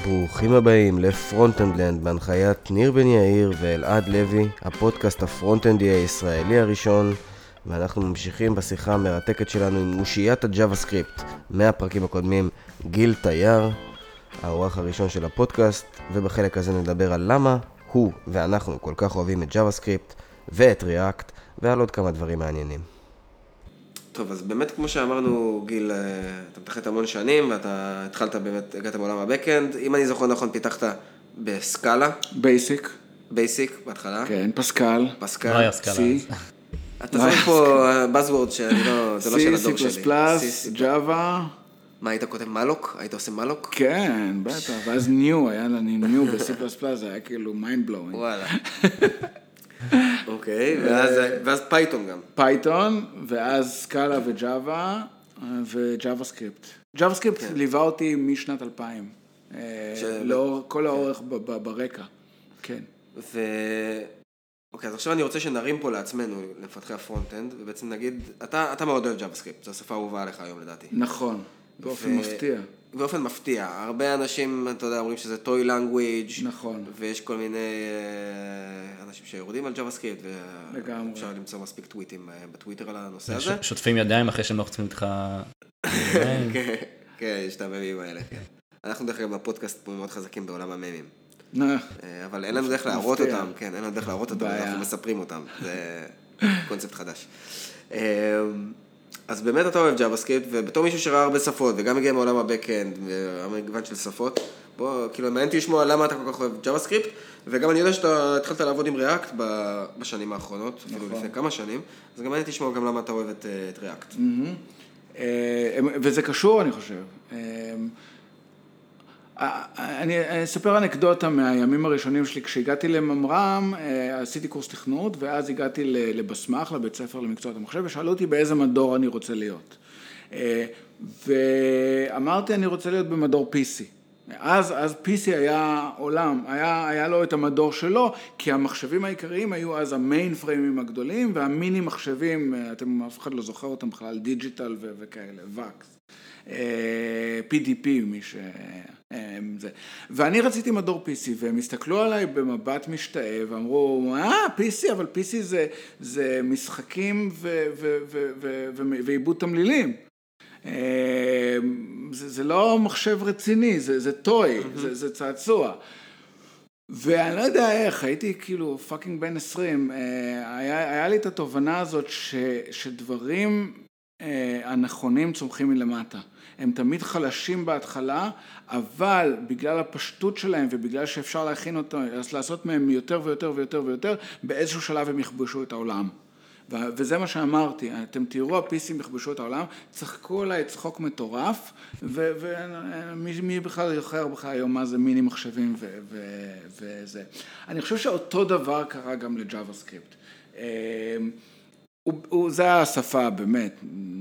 ברוכים הבאים לפרונט-אנד-לנד בהנחיית ניר בן יאיר ואלעד לוי, הפודקאסט הפרונט-אנדי הישראלי הראשון, ואנחנו ממשיכים בשיחה המרתקת שלנו עם אושיית הג'אווה סקריפט מהפרקים הקודמים, גיל תייר, האורח הראשון של הפודקאסט, ובחלק הזה נדבר על למה הוא ואנחנו כל כך אוהבים את ג'אווה סקריפט ואת ריאקט ועל עוד כמה דברים מעניינים. טוב, אז באמת כמו שאמרנו, גיל, אתה מתחת המון שנים, ואתה התחלת באמת, הגעת מעולם הבקאנד. אם אני זוכר נכון, פיתחת בסקאלה. בייסיק. בייסיק, בהתחלה. כן, פסקל. פסקל. לא היה סקאלה. אתה זוכר פה בזוורד שאני לא, זה לא של הדור שלי. C++, ג'אווה. מה, היית כותב מלוק? היית עושה מלוק? כן, בטח. ואז ניו, היה לנו ניו ב-C++, זה היה כאילו mind blowing. וואלה. אוקיי, ואז פייתון גם. פייתון, ואז סקאלה וג'אווה, וג'אווה סקריפט. ג'אווה סקריפט ליווה אותי משנת 2000. כל האורך ברקע. כן. אוקיי, אז עכשיו אני רוצה שנרים פה לעצמנו, למפתחי הפרונט-אנד, ובעצם נגיד, אתה מאוד אוהב ג'אווה סקריפט, זו השפה האהובה עליך היום לדעתי. נכון, באופן מפתיע. באופן מפתיע. הרבה אנשים, אתה יודע, אומרים שזה toy language. נכון. ויש כל מיני אנשים שיורדים על JavaScript, ואפשר למצוא מספיק טוויטים בטוויטר על הנושא הזה. שוטפים ידיים אחרי שהם לא חוצים איתך. כן, יש את הממים האלה. אנחנו דרך כלל בפודקאסט מאוד חזקים בעולם הממים. אבל אין לנו דרך להראות אותם, כן, אין לנו דרך להראות אותם, אנחנו מספרים אותם. זה קונספט חדש. אז באמת אתה אוהב JavaScript, ובתור מישהו שראה הרבה שפות, וגם מגיע מעולם הבקאנד, והמגוון של שפות, בוא, כאילו, מעניין לשמוע למה אתה כל כך אוהב JavaScript, וגם אני יודע שאתה התחלת לעבוד עם React בשנים האחרונות, אפילו לפני כמה שנים, אז גם מעניין לשמוע גם למה אתה אוהב את React. וזה קשור, אני חושב. אני אספר אנקדוטה מהימים הראשונים שלי, כשהגעתי לממר"ם, עשיתי קורס תכנות, ואז הגעתי לבסמך, לבית ספר למקצועות המחשב, ושאלו אותי באיזה מדור אני רוצה להיות. ואמרתי, אני רוצה להיות במדור PC. אז PC היה עולם, היה לו את המדור שלו, כי המחשבים העיקריים היו אז המיין פריימים הגדולים, והמיני מחשבים, אתם אף אחד לא זוכר אותם בכלל, דיג'יטל וכאלה, וקס. PDP, מי ש... זה. ואני רציתי מדור PC, והם הסתכלו עליי במבט משתאה, ואמרו, PC, אבל PC זה משחקים ועיבוד תמלילים. זה לא מחשב רציני, זה טוי, זה צעצוע. ואני לא יודע איך, הייתי כאילו פאקינג בן 20, היה לי את התובנה הזאת שדברים הנכונים צומחים מלמטה. הם תמיד חלשים בהתחלה, אבל בגלל הפשטות שלהם ובגלל שאפשר להכין אותם, לעשות מהם יותר ויותר ויותר ויותר, באיזשהו שלב הם יכבשו את העולם. וזה מה שאמרתי, אתם תראו, הפיסים יכבשו את העולם, צחקו עליי צחוק מטורף, ומי בכלל יוחר בכלל היום מה זה מיני מחשבים וזה. אני חושב שאותו דבר קרה גם לג'אווה סקריפט. זה השפה באמת,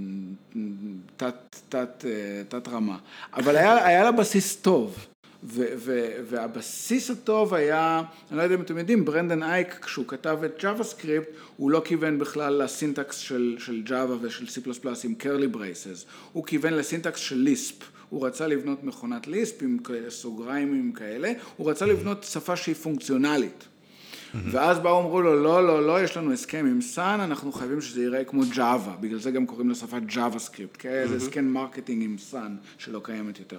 תת רמה, אבל היה לה בסיס טוב, והבסיס הטוב היה, אני לא יודע אם אתם יודעים, ברנדן אייק, כשהוא כתב את JavaScript, הוא לא כיוון בכלל לסינטקס של Java ושל C++ עם curly braces, הוא כיוון לסינטקס של Lisp, הוא רצה לבנות מכונת Lisp עם סוגריים עם כאלה, הוא רצה לבנות שפה שהיא פונקציונלית. ואז באו אמרו לו, לא, יש לנו הסכם עם סאן, אנחנו חייבים שזה ייראה כמו Java, בגלל זה גם קוראים לשפה JavaScript, כי זה הסכם מרקטינג עם סאן, שלא קיימת יותר.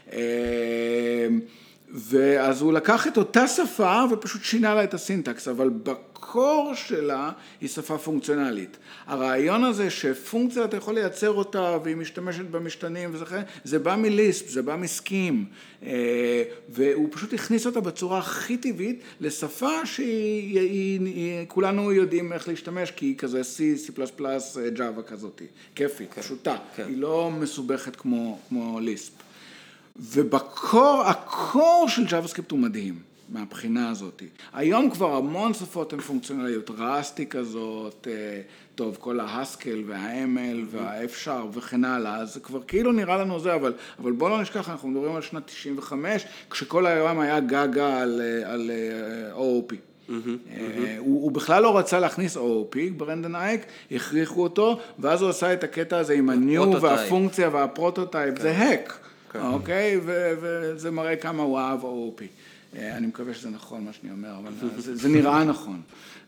ואז הוא לקח את אותה שפה ופשוט שינה לה את הסינטקס, אבל בקור שלה היא שפה פונקציונלית. הרעיון הזה שפונקציה אתה יכול לייצר אותה והיא משתמשת במשתנים וזה, זה בא מליספ, זה בא מסכים, והוא פשוט הכניס אותה בצורה הכי טבעית לשפה שכולנו יודעים איך להשתמש, כי היא כזה C++, Java כזאת, כיפית, פשוטה, היא לא מסובכת כמו ליספ. ובקור, הקור של JavaScript הוא מדהים, מהבחינה הזאת. היום כבר המון שפות הן פונקציונליות, ראסטי כזאת, טוב, כל ההסקל וה-ML וה-F-Sharp וכן הלאה, אז זה כבר כאילו נראה לנו זה, אבל בואו לא נשכח, אנחנו מדברים על שנת 95, כשכל היום היה גגה על OOP. הוא בכלל לא רצה להכניס OOP, ברנדן אייק, הכריחו אותו, ואז הוא עשה את הקטע הזה עם הניו והפונקציה והפרוטוטייפ, זה hack. אוקיי? וזה מראה כמה הוא אהב OOP. אני מקווה שזה נכון מה שאני אומר, אבל זה נראה נכון.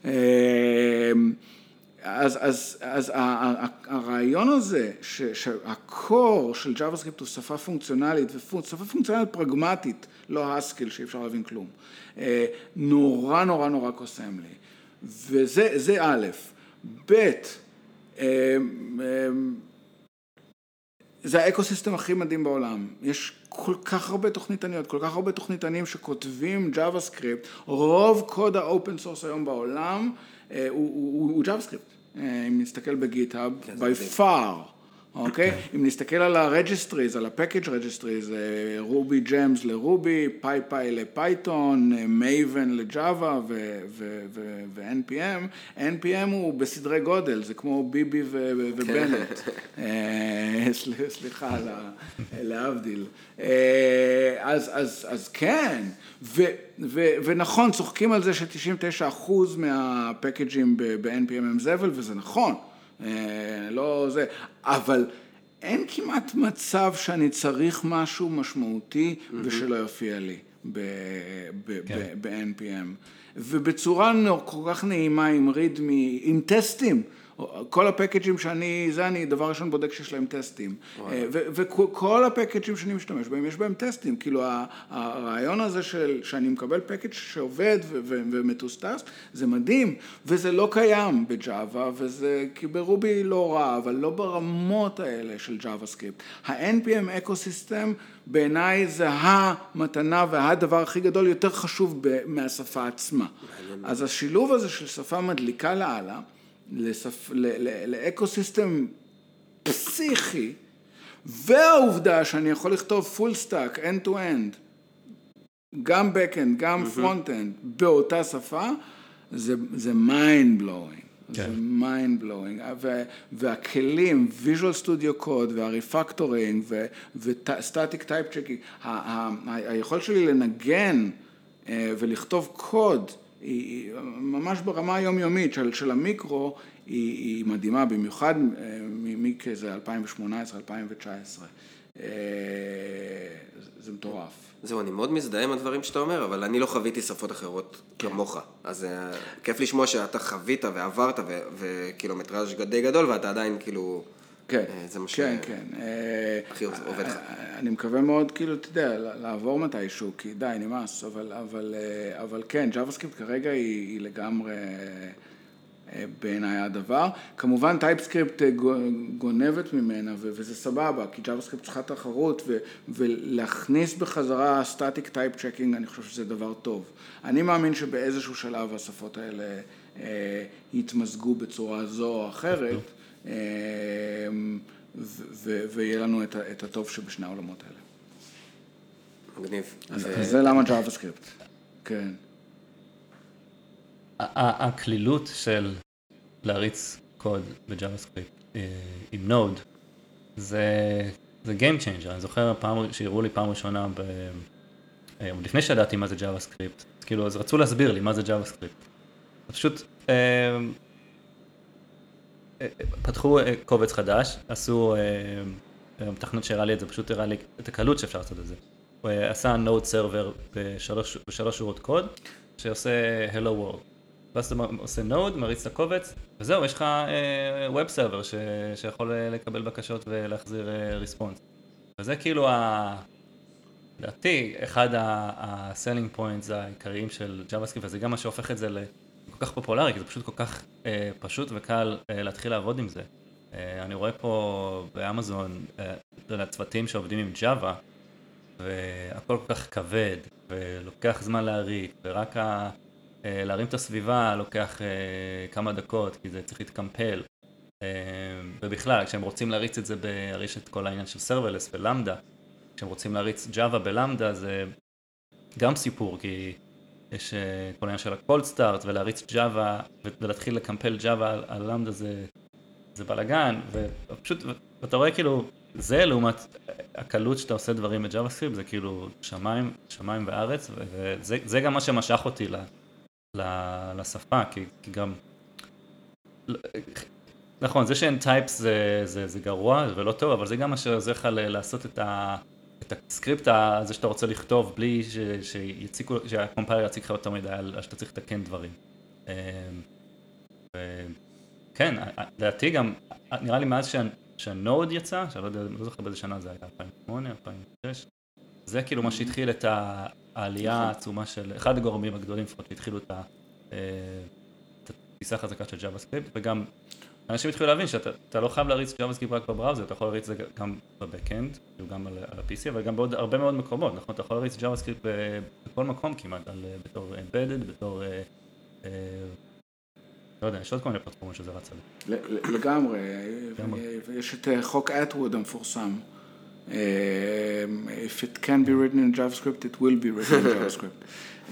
אז הרעיון הזה שהקור של JavaScript הוא שפה פונקציונלית, ושפה פונקציונלית פרגמטית, לא הסקיל שאי אפשר להבין כלום, נורא נורא נורא קוסם לי. וזה א', ב', זה האקוסיסטם הכי מדהים בעולם. יש כל כך הרבה תוכניתניות, כל כך הרבה תוכניתנים שכותבים JavaScript. רוב קוד האופן סורס היום בעולם הוא JavaScript. אם נסתכל בגיטהאב, by far. אוקיי? אם נסתכל על ה-registries, על ה-package registries, Ruby Gems ל-Ruby, PyPy לפייתון, Maven ל-Java ו-NPM, NPM הוא בסדרי גודל, זה כמו ביבי ובנט. סליחה, להבדיל. אז כן, ונכון, צוחקים על זה ש-99% מהפקאג'ים ב-NPM הם זבל, וזה נכון. לא זה, אבל אין כמעט מצב שאני צריך משהו משמעותי ושלא יופיע לי ב-NPM. ובצורה כל כך נעימה עם רידמי, עם טסטים. כל הפקאג'ים אני דבר ראשון בודק שיש להם טסטים. וכל הפקאג'ים שאני משתמש בהם, יש בהם טסטים. כאילו הרעיון הזה שאני מקבל פקאג' שעובד ומטוסטס, זה מדהים. וזה לא קיים בג'אווה, וזה כי ברובי לא רע, אבל לא ברמות האלה של JavaScript. ה-NPM אקוסיסטם בעיניי זה המתנה והדבר הכי גדול, יותר חשוב מהשפה עצמה. אז השילוב הזה של שפה מדליקה לעלה, לאקוסיסטם פסיכי, והעובדה שאני יכול לכתוב פול סטאק, end to end, גם backend, גם frontend, באותה שפה, זה mind blowing. זה mind blowing. והכלים, Visual Studio Code, והרפקטורינג, ו-static type checking, היכולת שלי לנגן ולכתוב קוד, היא ממש ברמה היומיומית של המיקרו, היא מדהימה, במיוחד מכזה 2018, 2019. זה מטורף. זהו, אני מאוד מזדהה עם הדברים שאתה אומר, אבל אני לא חוויתי שפות אחרות כמוך. אז כיף לשמוע שאתה חווית ועברת וקילומטראז' די גדול, ואתה עדיין כאילו... כן, זה מה כן, כן. הכי עובד לך. אני מקווה מאוד, כאילו, אתה יודע, לעבור מתישהו, כי די, נמאס, אבל כן, JavaScript כרגע היא לגמרי בעיניי הדבר. כמובן, TypeScript גונבת ממנה, וזה סבבה, כי JavaScript צריכה תחרות, ולהכניס בחזרה Static Type Checking, אני חושב שזה דבר טוב. אני מאמין שבאיזשהו שלב השפות האלה יתמזגו בצורה זו או אחרת, ויהיה לנו את הטוב שבשני העולמות האלה. מגניב. אז זה למה JavaScript. כן. הכלילות של להריץ קוד ב-JavaScript עם Node, זה game changer. אני זוכר שהראו לי פעם ראשונה, לפני שידעתי מה זה JavaScript, כאילו, אז רצו להסביר לי מה זה JavaScript. פשוט פתחו קובץ חדש, עשו, תכנות שהראה לי את זה, פשוט הראה לי את הקלות שאפשר לעשות את זה. הוא עשה Node Server בשלוש שורות קוד, שעושה Hello World. ואז אתה עושה Node, מריץ את הקובץ, וזהו, יש לך Web Server שיכול לקבל בקשות ולהחזיר ריספונס. וזה כאילו, לדעתי, אחד ה-selling points העיקריים של JavaScript, וזה גם מה שהופך את זה כל כך פופולרי, כי זה פשוט כל כך פשוט וקל להתחיל לעבוד עם זה. אני רואה פה באמזון צוותים שעובדים עם Java, והכל כל כך כבד, ולוקח זמן להריץ, ורק להרים את הסביבה לוקח כמה דקות, כי זה צריך להתקמפל. ובכלל, כשהם רוצים להריץ את זה ברשת כל העניין של Serverless ולמדה, כשהם רוצים להריץ Java בלמדה, זה גם סיפור, כי יש כל העניין של ה-cold start, ולהריץ Java, ולהתחיל לקמפל Java על למדה זה בלגן, ופשוט, ואתה רואה כאילו, זה לעומת הקלות שאתה עושה דברים ב-JavaScript, זה כאילו שמיים וארץ, וזה גם מה שמשך אותי לשפה, כי גם, נכון, זה שאין טייפס זה גרוע ולא טוב, אבל זה גם מה שעוזר לך לעשות את הסקריפט הזה שאתה רוצה לכתוב, בלי שהקומפיילר יציג לך יותר מדי, על שאתה צריך לתקן דברים. כן, לדעתי גם, נראה לי מאז שהנוד יצא, שאני לא זוכר באיזה שנה זה היה, 2008, 2006, זה כאילו מה שהתחיל את העלייה העצומה של, אחד הגורמים הגדולים לפחות שהתחילו את התפיסה החזקה של JavaScript, וגם אנשים התחילו להבין שאתה לא חייב להריץ JavaScript רק בבראוזר, אתה יכול להריץ זה גם בבקאנד, גם על ה-PC, אבל גם בעוד הרבה מאוד מקומות, נכון? אתה יכול להריץ JavaScript בכל מקום כמעט, בתור embedded, בתור, לא יודע, יש עוד כל מיני פלטפורמות שזה רץ עליהם. לגמרי, יש את חוק אטווד המפורסם. If it can be written in JavaScript, it will be written in JavaScript.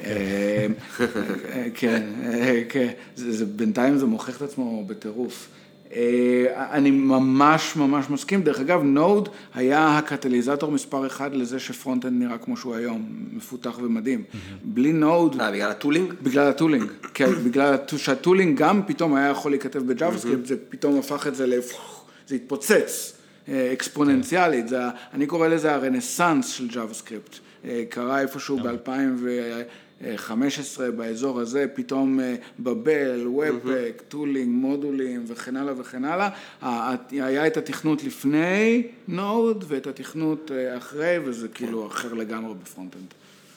כן, בינתיים זה מוכיח את עצמו בטירוף. אני ממש מסכים. דרך אגב, נוד היה הקטליזטור מספר אחד לזה שפרונט-אנד נראה כמו שהוא היום, מפותח ומדהים. בלי נוד... בגלל הטולינג? בגלל הטולינג, כן, בגלל שהטולינג גם פתאום היה יכול להיכתב ב-JavaScript, זה פתאום הפך את זה זה התפוצץ. אקספוננציאלית, אני קורא לזה הרנסנס של JavaScript, קרה איפשהו ב-2015 באזור הזה, פתאום בבל, ובפק, טולינג, מודולים וכן הלאה וכן הלאה, היה את התכנות לפני נוד ואת התכנות אחרי, וזה כאילו אחר לגמרי בפרונט-אנד.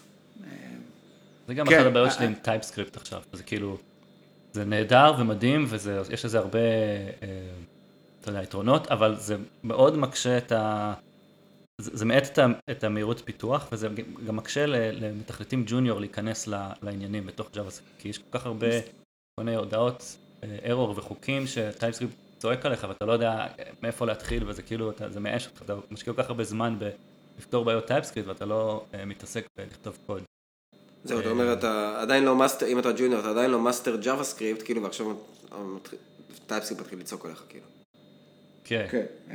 זה גם אחת הבעיות שלי עם טייפסקריפט עכשיו, זה כאילו, זה נהדר ומדהים, ויש לזה הרבה... אתה יודע, יתרונות, אבל זה מאוד מקשה זה מעט את המהירות פיתוח, וזה גם מקשה למתכנתים ג'וניור להיכנס לעניינים בתוך JavaScript, כי יש כל כך הרבה כל הודעות, error וחוקים, שטייפסקריפט צועק עליך, ואתה לא יודע מאיפה להתחיל, וזה כאילו, זה מאש אותך, אתה משקיע כל כך הרבה זמן לפתור בעיות טייפסקריפט, ואתה לא מתעסק בלכתוב קוד. זהו, אתה אומר, אתה עדיין לא מאסטר, אם אתה ג'וניור, אתה עדיין לא מאסטר JavaScript, כאילו, ועכשיו טייפסקריפט מתחיל לצעוק עליך, כאילו. כן.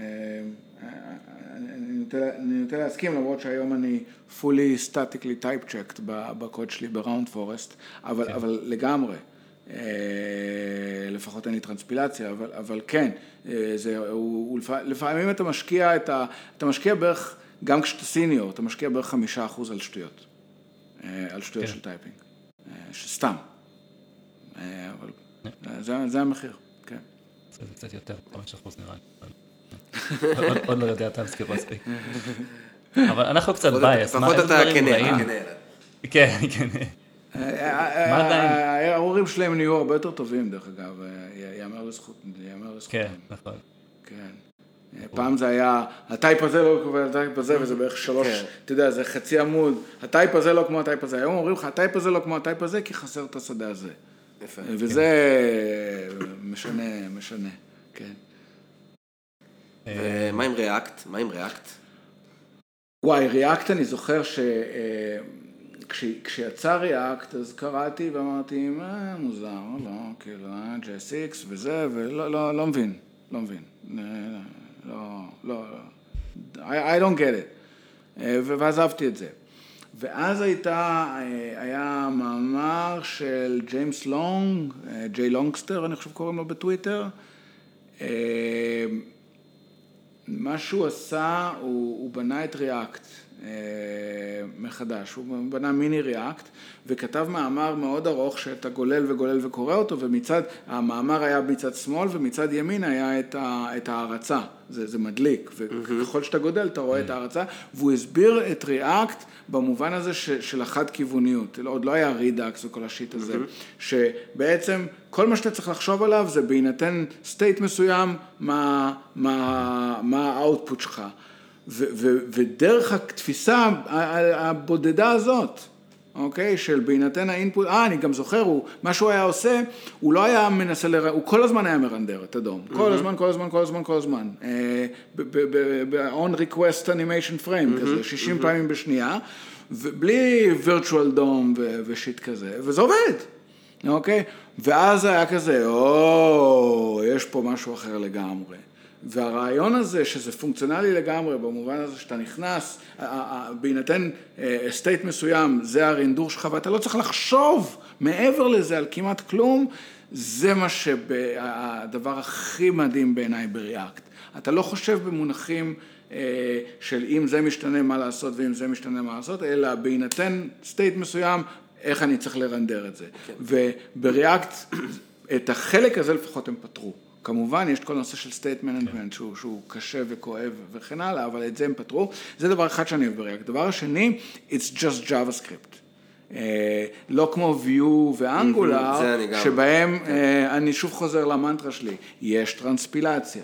אני נוטה להסכים, למרות שהיום אני fully statically type checked בקוד שלי בראונד פורסט, אבל לגמרי, לפחות אין לי טרנספילציה, אבל כן, לפעמים אתה משקיע בערך, גם כשאתה סיניור, אתה משקיע בערך 5% על שטויות של טייפינג, שסתם, אבל זה המחיר, כן. זה קצת יותר, 5% נראה לי. עוד לא יודע, אתה מזכיר מספיק. אבל אנחנו קצת בייס. לפחות אתה כנה. כן, כן. ההורים שלהם נהיו הרבה יותר טובים, דרך אגב, יאמר לזכות. כן, נכון. כן. פעם זה היה, הטייפ הזה לא כמו הטייפ הזה, וזה בערך 3, אתה יודע, זה חצי עמוד, הטייפ הזה לא כמו הטייפ הזה. היום אומרים לך, הטייפ הזה לא כמו הטייפ הזה, כי חסר את השדה הזה. וזה משנה, כן. ומה עם ריאקט? וואי, ריאקט אני זוכר כשיצא ריאקט, אז קראתי ואמרתי, מוזר, לא, כאילו, JSX וזה, ולא מבין. לא, I don't get it. ועזבתי את זה. ואז היה מאמר של ג'יימס לונג, ג'יי לונגסטר, אני חושב קוראים לו בטוויטר. מה שהוא עשה, הוא בנה את ריאקט מחדש, הוא בנה מיני ריאקט, וכתב מאמר מאוד ארוך שאתה גולל וגולל וקורא אותו, המאמר היה מצד שמאל, ומצד ימין היה את ההרצה, זה מדליק, וככל שאתה גודל אתה רואה את ההרצה, והוא הסביר את ריאקט במובן הזה של החד כיווניות, עוד לא היה רידאקס וכל השיט הזה, שבעצם כל מה שאתה צריך לחשוב עליו זה בהינתן סטייט מסוים, מה האוטפוט שלך. ודרך התפיסה הבודדה הזאת, אוקיי, של בהינתן האינפוט, אני גם זוכר, מה שהוא היה עושה, הוא לא היה מנסה הוא כל הזמן היה מרנדר את הדום, כל הזמן, on request animation frame כזה, 60 פעמים בשנייה, בלי virtual dom ושיט כזה, וזה עובד, אוקיי, ואז היה כזה, יש פה משהו אחר לגמרי. והרעיון הזה שזה פונקציונלי לגמרי, במובן הזה שאתה נכנס, בהינתן סטייט מסוים, זה הרינדור שלך, ואתה לא צריך לחשוב מעבר לזה על כמעט כלום, זה מה שהדבר הכי מדהים בעיניי בריאקט. אתה לא חושב במונחים של אם זה משתנה מה לעשות ואם זה משתנה מה לעשות, אלא בהינתן סטייט מסוים, איך אני צריך לרנדר את זה. ובריאקט, את החלק הזה לפחות הם פתרו. כמובן, יש את כל הנושא של state management שהוא קשה וכואב וכן הלאה, אבל את זה הם פתרו. זה דבר אחד שאני אוהב בריאקט. דבר השני, it's just JavaScript. לא כמו Vue ואנגולר, שבהם, אני שוב חוזר למנטרה שלי, יש טרנספילציה.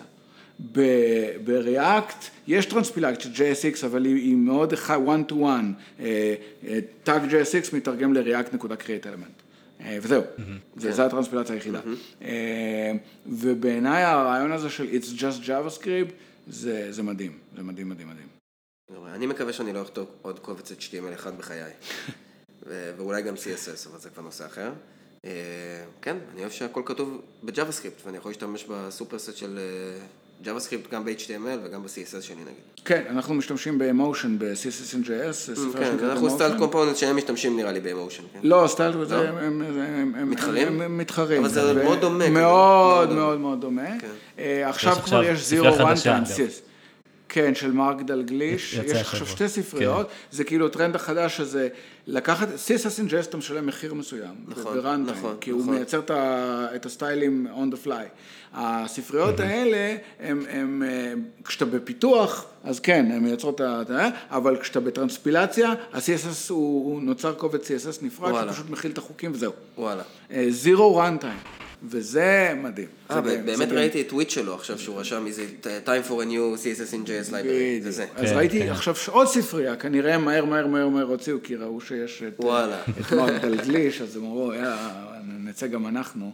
בריאקט יש טרנספילציה JSX, אבל היא מאוד one to one. tag JSX מתרגם ל-React.create element. וזהו, זה הטרנספילציה היחידה. ובעיניי הרעיון הזה של It's just JavaScript, זה מדהים, זה מדהים, מדהים, מדהים. אני מקווה שאני לא אכתוב עוד קובץ HTML אחד בחיי, ואולי גם CSS, אבל זה כבר נושא אחר. כן, אני אוהב שהכל כתוב ב-JavaScript, ואני יכול להשתמש בסופרסט של JavaScript גם ב-HTML וגם ב-CSS שלי נגיד. כן, אנחנו משתמשים ב-Emotion, ב-CSS and JS. כן, אנחנו סטייל קומפוננט שהם משתמשים נראה לי ב-Emotion. לא, סטייל, הם מתחרים. אבל זה מאוד דומה. מאוד מאוד מאוד דומה. עכשיו כבר יש Zero Runtime. כן, של מרק דלגליש. יש עכשיו שתי ספריות. זה כאילו טרנד החדש הזה, לקחת, CSS and JS אתה משלם מחיר מסוים. נכון, נכון. כי הוא מייצר את הסטיילים on the fly. הספריות האלה, כשאתה בפיתוח, אז כן, הן מייצרות אבל כשאתה בטרנספילציה, ה-CSS הוא נוצר קובץ CSS נפרד, שפשוט מכיל את החוקים וזהו. וואלה. Zero Runtime. וזה מדהים. באמת ראיתי את טוויט שלו עכשיו שהוא רשם איזה time for a new CSS in JS library, זה זה. אז ראיתי עכשיו עוד ספרייה, כנראה מהר הוציאו, כי ראו שיש את מרק דלגליש, אז הם אמרו, נצא גם אנחנו.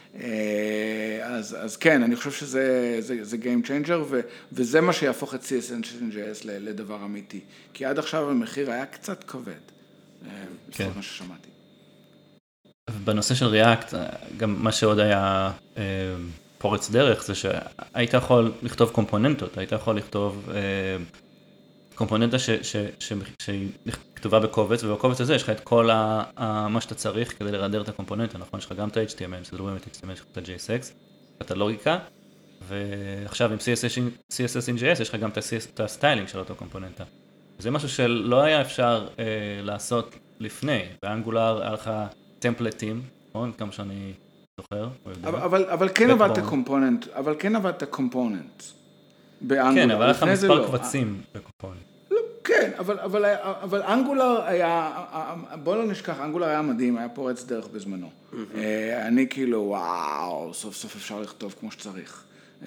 אז כן, אני חושב שזה Game Changer, וזה מה שיהפוך את CSS in JS לדבר אמיתי. כי עד עכשיו המחיר היה קצת כבד, לפחות מה ששמעתי. בנושא של ריאקט, גם מה שעוד היה פורץ דרך, זה שהיית יכול לכתוב קומפוננטות, היית יכול לכתוב קומפוננטה שהיא כתובה בקובץ, ובקובץ הזה יש לך את כל מה שאתה צריך כדי לרנדר את הקומפוננטה, נכון? יש לך גם את ה-HTML, שזה לא באמת HTML, יש לך את ה-JSX, את הלוגיקה, ועכשיו עם CSS in JS יש לך גם את הסטיילינג של אותו קומפוננטה. זה משהו שלא היה אפשר לעשות לפני, באנגולר היה לך טמפלטים, נכון? כמה שאני זוכר. אבל כן עבדת קומפוננט. כן, אבל לך מספר קבצים בקומפוננט. כן, אבל אנגולר היה, בוא לא נשכח, אנגולר היה מדהים, היה פורץ דרך בזמנו. אני כאילו, וואו, סוף סוף אפשר לכתוב כמו שצריך.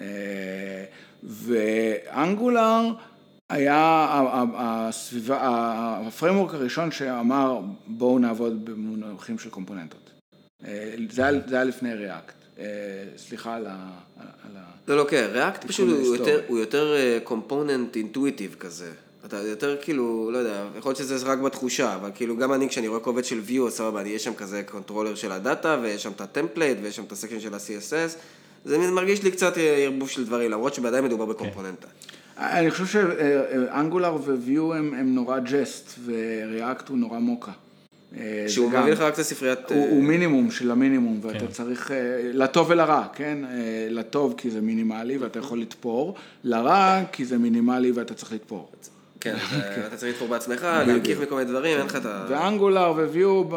ואנגולר היה הפריימוורק הראשון שאמר, בואו נעבוד במונחים של קומפוננטות. זה היה לפני ריאקט. סליחה על ה... לא, כן, ריאקט פשוט הוא יותר קומפוננט אינטואיטיב כזה. אתה יותר כאילו, לא יודע, יכול להיות שזה רק בתחושה, אבל כאילו גם אני כשאני רואה קובץ של Vue, סבבה, יש שם כזה קונטרולר של הדאטה, ויש שם את הטמפלייט, ויש שם את הסקשן של ה-CSS, זה מרגיש לי קצת ערבוב של דברים, למרות שבעדיין מדובר בקומפוננטה. אני חושב שאנגולר ו-Vue הם נורא ג'סט, וריאקט הוא נורא מוקה. שהוא מביא לך רק את הספריית... הוא מינימום של המינימום, ואתה צריך, לטוב ולרע, כן? לטוב כי זה מינימלי ואתה יכול לתפור, לרע כי זה מינימלי ואתה צריך לתפור. כן, אתה צריך לתפור בעצמך, להקיף מכל מיני דברים, אין לך את ה... ואנגולר ו-Vue,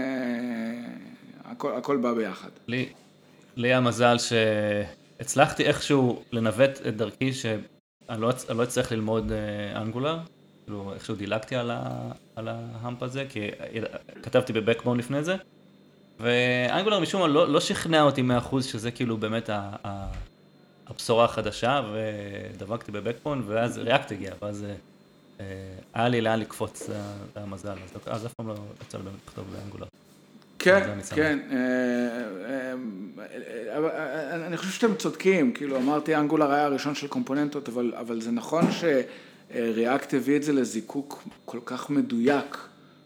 הכל בא ביחד. לי המזל שהצלחתי איכשהו לנווט את דרכי שאני לא אצטרך ללמוד אנגולר, כאילו איכשהו דילגתי על ההמפ הזה, כי כתבתי בבקבון לפני זה, ואנגולר משום מה לא שכנע אותי 100% שזה כאילו באמת הבשורה החדשה, ודבקתי בבקבון, ואז ריאקט הגיע, ואז היה לי לאן לקפוץ, זה המזל, אז אף פעם לא יצא באמת לכתוב באנגולר. כן, כן, אני חושב שאתם צודקים, כאילו אמרתי אנגולר היה הראשון של קומפוננטות, אבל זה נכון שריאקט הביא את זה לזיקוק כל כך מדויק,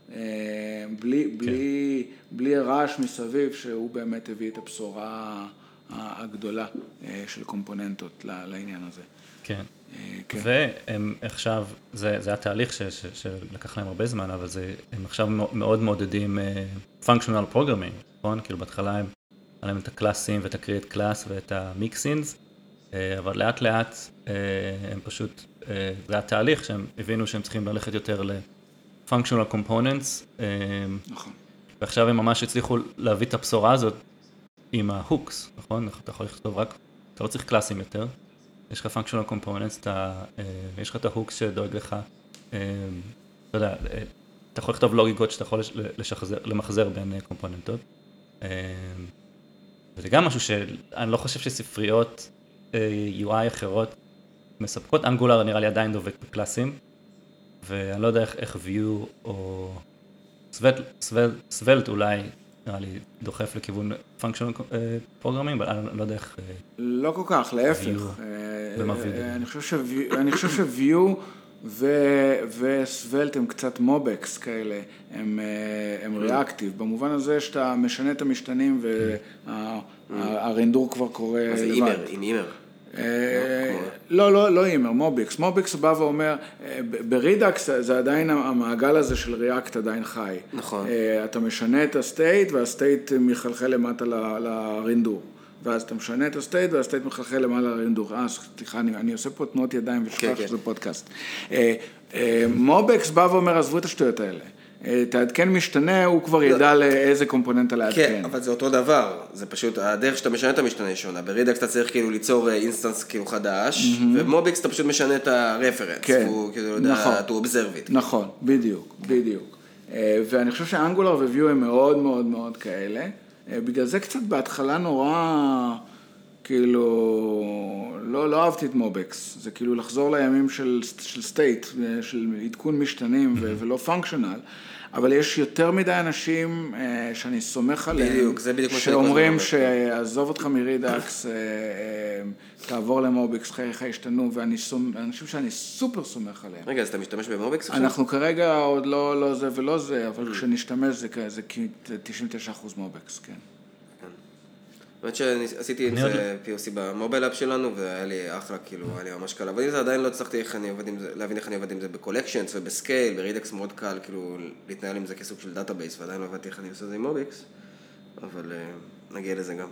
בלי רעש מסביב, שהוא באמת הביא את הבשורה הגדולה של קומפוננטות לעניין הזה. כן. והם עכשיו, זה התהליך שלקח להם הרבה זמן, אבל הם עכשיו מאוד מעודדים functional programming, נכון? כאילו בהתחלה הם עליהם את הקלאסים ואת ה-create class ואת ה-mixins, אבל לאט לאט הם פשוט זה התהליך שהם הבינו שהם צריכים ללכת יותר ל-functional components, נכון. ועכשיו הם ממש הצליחו להביא את הבשורה הזאת עם ההוקס, נכון? אתה יכול לכתוב רק, אתה לא צריך קלאסים יותר, יש לך functional components, יש לך את ההוקס שדואג לך, אתה יודע, אתה יכול לכתוב לוגיקות שאתה יכול למחזר בין קומפוננטות, וזה גם משהו שאני לא חושב שספריות UI אחרות מספקות. אנגולר נראה לי עדיין דובק בקלאסים, ואני לא יודע איך Vue או סוולט אולי נראה לי דוחף לכיוון פונקשיונל פרוגרמים, אבל אני לא יודע איך... לא כל כך, להפך. אני חושב ש-Vue וסוולט הם קצת מובקס כאלה, הם ריאקטיב, במובן הזה שאתה משנה את המשתנים והרנדור כבר קורה לבד. זה אימר, עם אימר. לא אימר, מוביקס. מוביקס בא ואומר, ברידאקס זה עדיין המעגל הזה של ריאקט עדיין חי. נכון. אתה משנה את הסטייט והסטייט מחלחל למטה לרנדור. ואז אתה משנה את הסטייט והסטייט מחלחל למעלה לרנדור. סליחה, אני עושה פה תנועות ידיים ושכח שזה פודקאסט. מוביקס בא ואומר, עזבו את השטויות האלה. תעדכן משתנה, הוא כבר ידע לאיזה קומפוננטה לעדכן. כן, אבל זה אותו דבר, זה פשוט, הדרך שאתה משנה את המשתנה שונה, ברידאקס אתה צריך כאילו ליצור אינסטנס כאילו חדש, ובמוביקס אתה פשוט משנה את הרפרנס, הוא כאילו יודע, to observe it. נכון, בדיוק. ואני חושב שאנגולר וויו הם מאוד מאוד מאוד כאלה, בגלל זה קצת בהתחלה נורא, כאילו, לא אהבתי את מוביקס, זה כאילו לחזור לימים של סטייט, של עדכון משתנים ולא פונקשיונל, אבל יש יותר מדי אנשים שאני סומך עליהם, שאומרים שעזוב אותך מרידאקס, תעבור למוביקס, חייך ישתנו, ואני חושב שאני סופר סומך עליהם. רגע, אז אתה משתמש במוביקס עכשיו? אנחנו כרגע עוד לא זה ולא זה, אבל כשנשתמש זה 99% מוביקס, כן. באמת שעשיתי את זה POC במובייל אפ שלנו, והיה לי אחלה, כאילו, היה לי ממש קל. אבל אם זה עדיין לא הצלחתי להבין איך אני עובד עם זה בקולקשנס ובסקייל, ברידקס מאוד קל, כאילו, להתנהל עם זה כסוג של דאטאבייס, ועדיין לא הבנתי איך אני עושה את זה עם מוביקס, אבל נגיע לזה גם.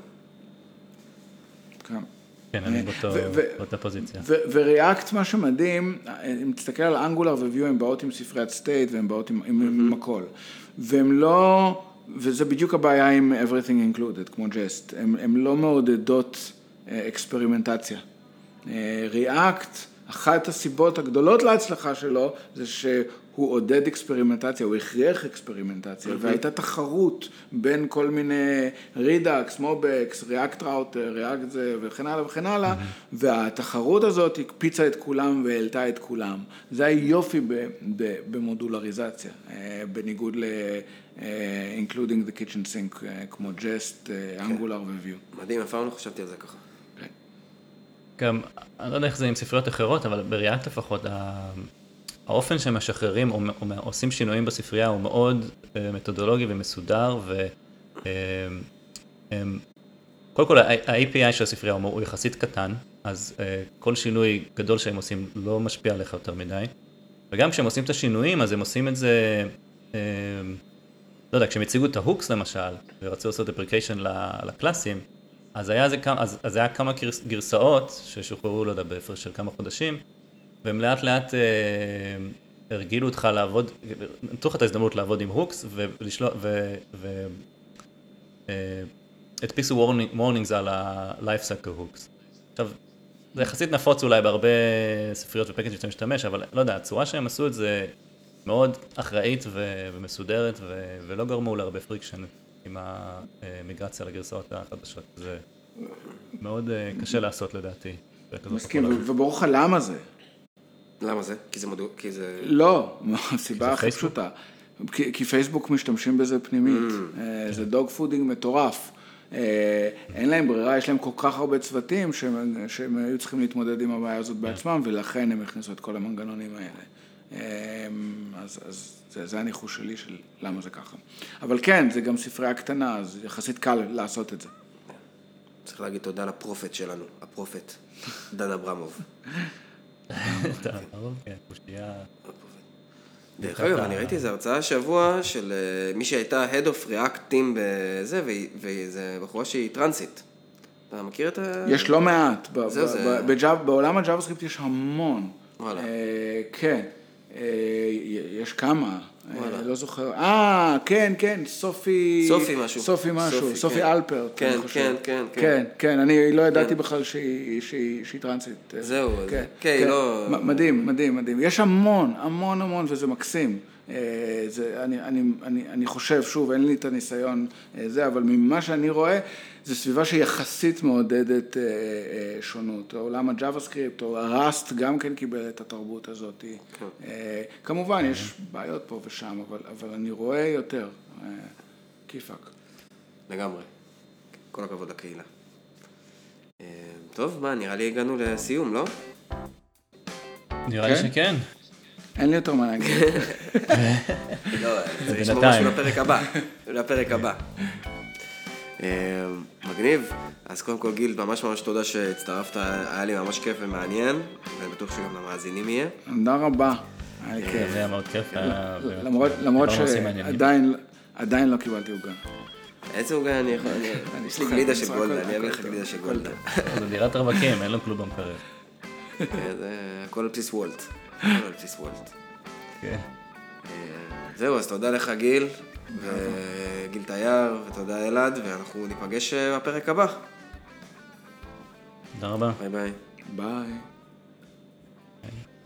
כן, אני באותה פוזיציה. וריאקט, מה שמדהים, אם תסתכל על אנגולר וויו, הם באות עם ספריית סטייט, והם באות עם הכל. והם לא... וזה בדיוק הבעיה עם everything included, כמו ג'סט. הם לא מעודדות אקספרימנטציה. ריאקט, אחת הסיבות הגדולות להצלחה שלו, זה שהוא עודד אקספרימנטציה, הוא הכריח אקספרימנטציה, והייתה תחרות בין כל מיני רידאקס, מובקס, ריאקט ראוטר, ריאקט זה, וכן הלאה וכן הלאה, והתחרות הזאת הקפיצה את כולם והעלתה את כולם. זה היופי במודולריזציה, בניגוד including the kitchen sink, כמו ג'סט, אנגולר וויו. מדהים, אף פעם לא חשבתי על זה ככה. גם, אני לא יודע איך זה עם ספריות אחרות, אבל בריאקט לפחות, האופן שהם משחררים או עושים שינויים בספרייה הוא מאוד מתודולוגי ומסודר, קודם כל ה-API של הספרייה הוא יחסית קטן, אז כל שינוי גדול שהם עושים לא משפיע עליך יותר מדי, וגם כשהם עושים את השינויים, אז הם עושים את זה, לא יודע, כשהם הציגו את ההוקס למשל, ורצו לעשות אפליקיישן לקלאסים, אז היה כמה גרסאות ששוחררו, לא יודע, בהפרש של כמה חודשים, והם לאט לאט הרגילו אותך לעבוד, נתנו לך את ההזדמנות לעבוד עם הוקס, הדפיסו warnings על ה-life cycle hooks. עכשיו, זה יחסית נפוץ אולי בהרבה ספריות ופקאג'ים שאתה משתמש, אבל לא יודע, הצורה שהם עשו את זה מאוד אחראית ומסודרת, ולא גרמו להרבה פריקשן עם המיגרציה לגרסאות החדשות. זה מאוד קשה לעשות לדעתי. מסכים, וברוך למה זה? למה זה? כי זה... לא, הסיבה הכי פשוטה. כי פייסבוק משתמשים בזה פנימית. זה דוג פודינג מטורף. אין להם ברירה, יש להם כל כך הרבה צוותים שהם היו צריכים להתמודד עם הבעיה הזאת בעצמם, ולכן הם הכניסו את כל המנגנונים האלה. אז זה הניחוש שלי של למה זה ככה. אבל כן, זה גם ספרייה קטנה, אז יחסית קל לעשות את זה. צריך להגיד תודה לפרופט שלנו, הפרופט, דן אברמוב. דן אברמוב, כן, פושטיה. דרך אגב, אני ראיתי איזו הרצאה השבוע של מי שהייתה Head of React Team בזה, וזה בחורה שהיא טרנסית. אתה מכיר את ה... יש לא מעט. בעולם הג'אווה סקריפט יש המון. וואלה. כן. יש כמה. לא זוכר. כן, סופי משהו. סופי אלפרט. כן, אני לא ידעתי בכלל שהיא טרנסית. זהו, כן, לא... מדהים. יש המון, וזה מקסים. אני חושב, שוב, אין לי את הניסיון זה, אבל ממה שאני רואה, זה סביבה שיחסית מעודדת שונות. עולם הג'אווה-סקריפט או הראסט גם כן קיבל את התרבות הזאת. כמובן, יש בעיות פה ושם, אבל אני רואה יותר. כיפק. לגמרי. כל הכבוד לקהילה. טוב, נראה לי הגענו לסיום, לא? נראה לי שכן. אין לי יותר מה להגיד. לא, זה ישמור משהו לפרק הבא. מגניב. אז קודם כל גיל, ממש תודה שהצטרפת, היה לי ממש כיף ומעניין, ואני בטוח שגם למאזינים יהיה. תודה רבה. היה לי כיף. זה היה מאוד כיף. למרות שעדיין לא קיבלתי עוגה. איזה עוגה אני יכול? יש לי גלידה של גולדה, אני אביא לך גלידה של גולדה. זה דירת רווקים, אין לו כלום במקרב. הכל על בסיס וולט. כן. זהו, אז תודה לך גיל, וגיל תייר, ותודה אלעד, ואנחנו ניפגש בפרק הבא. תודה רבה. ביי. ביי.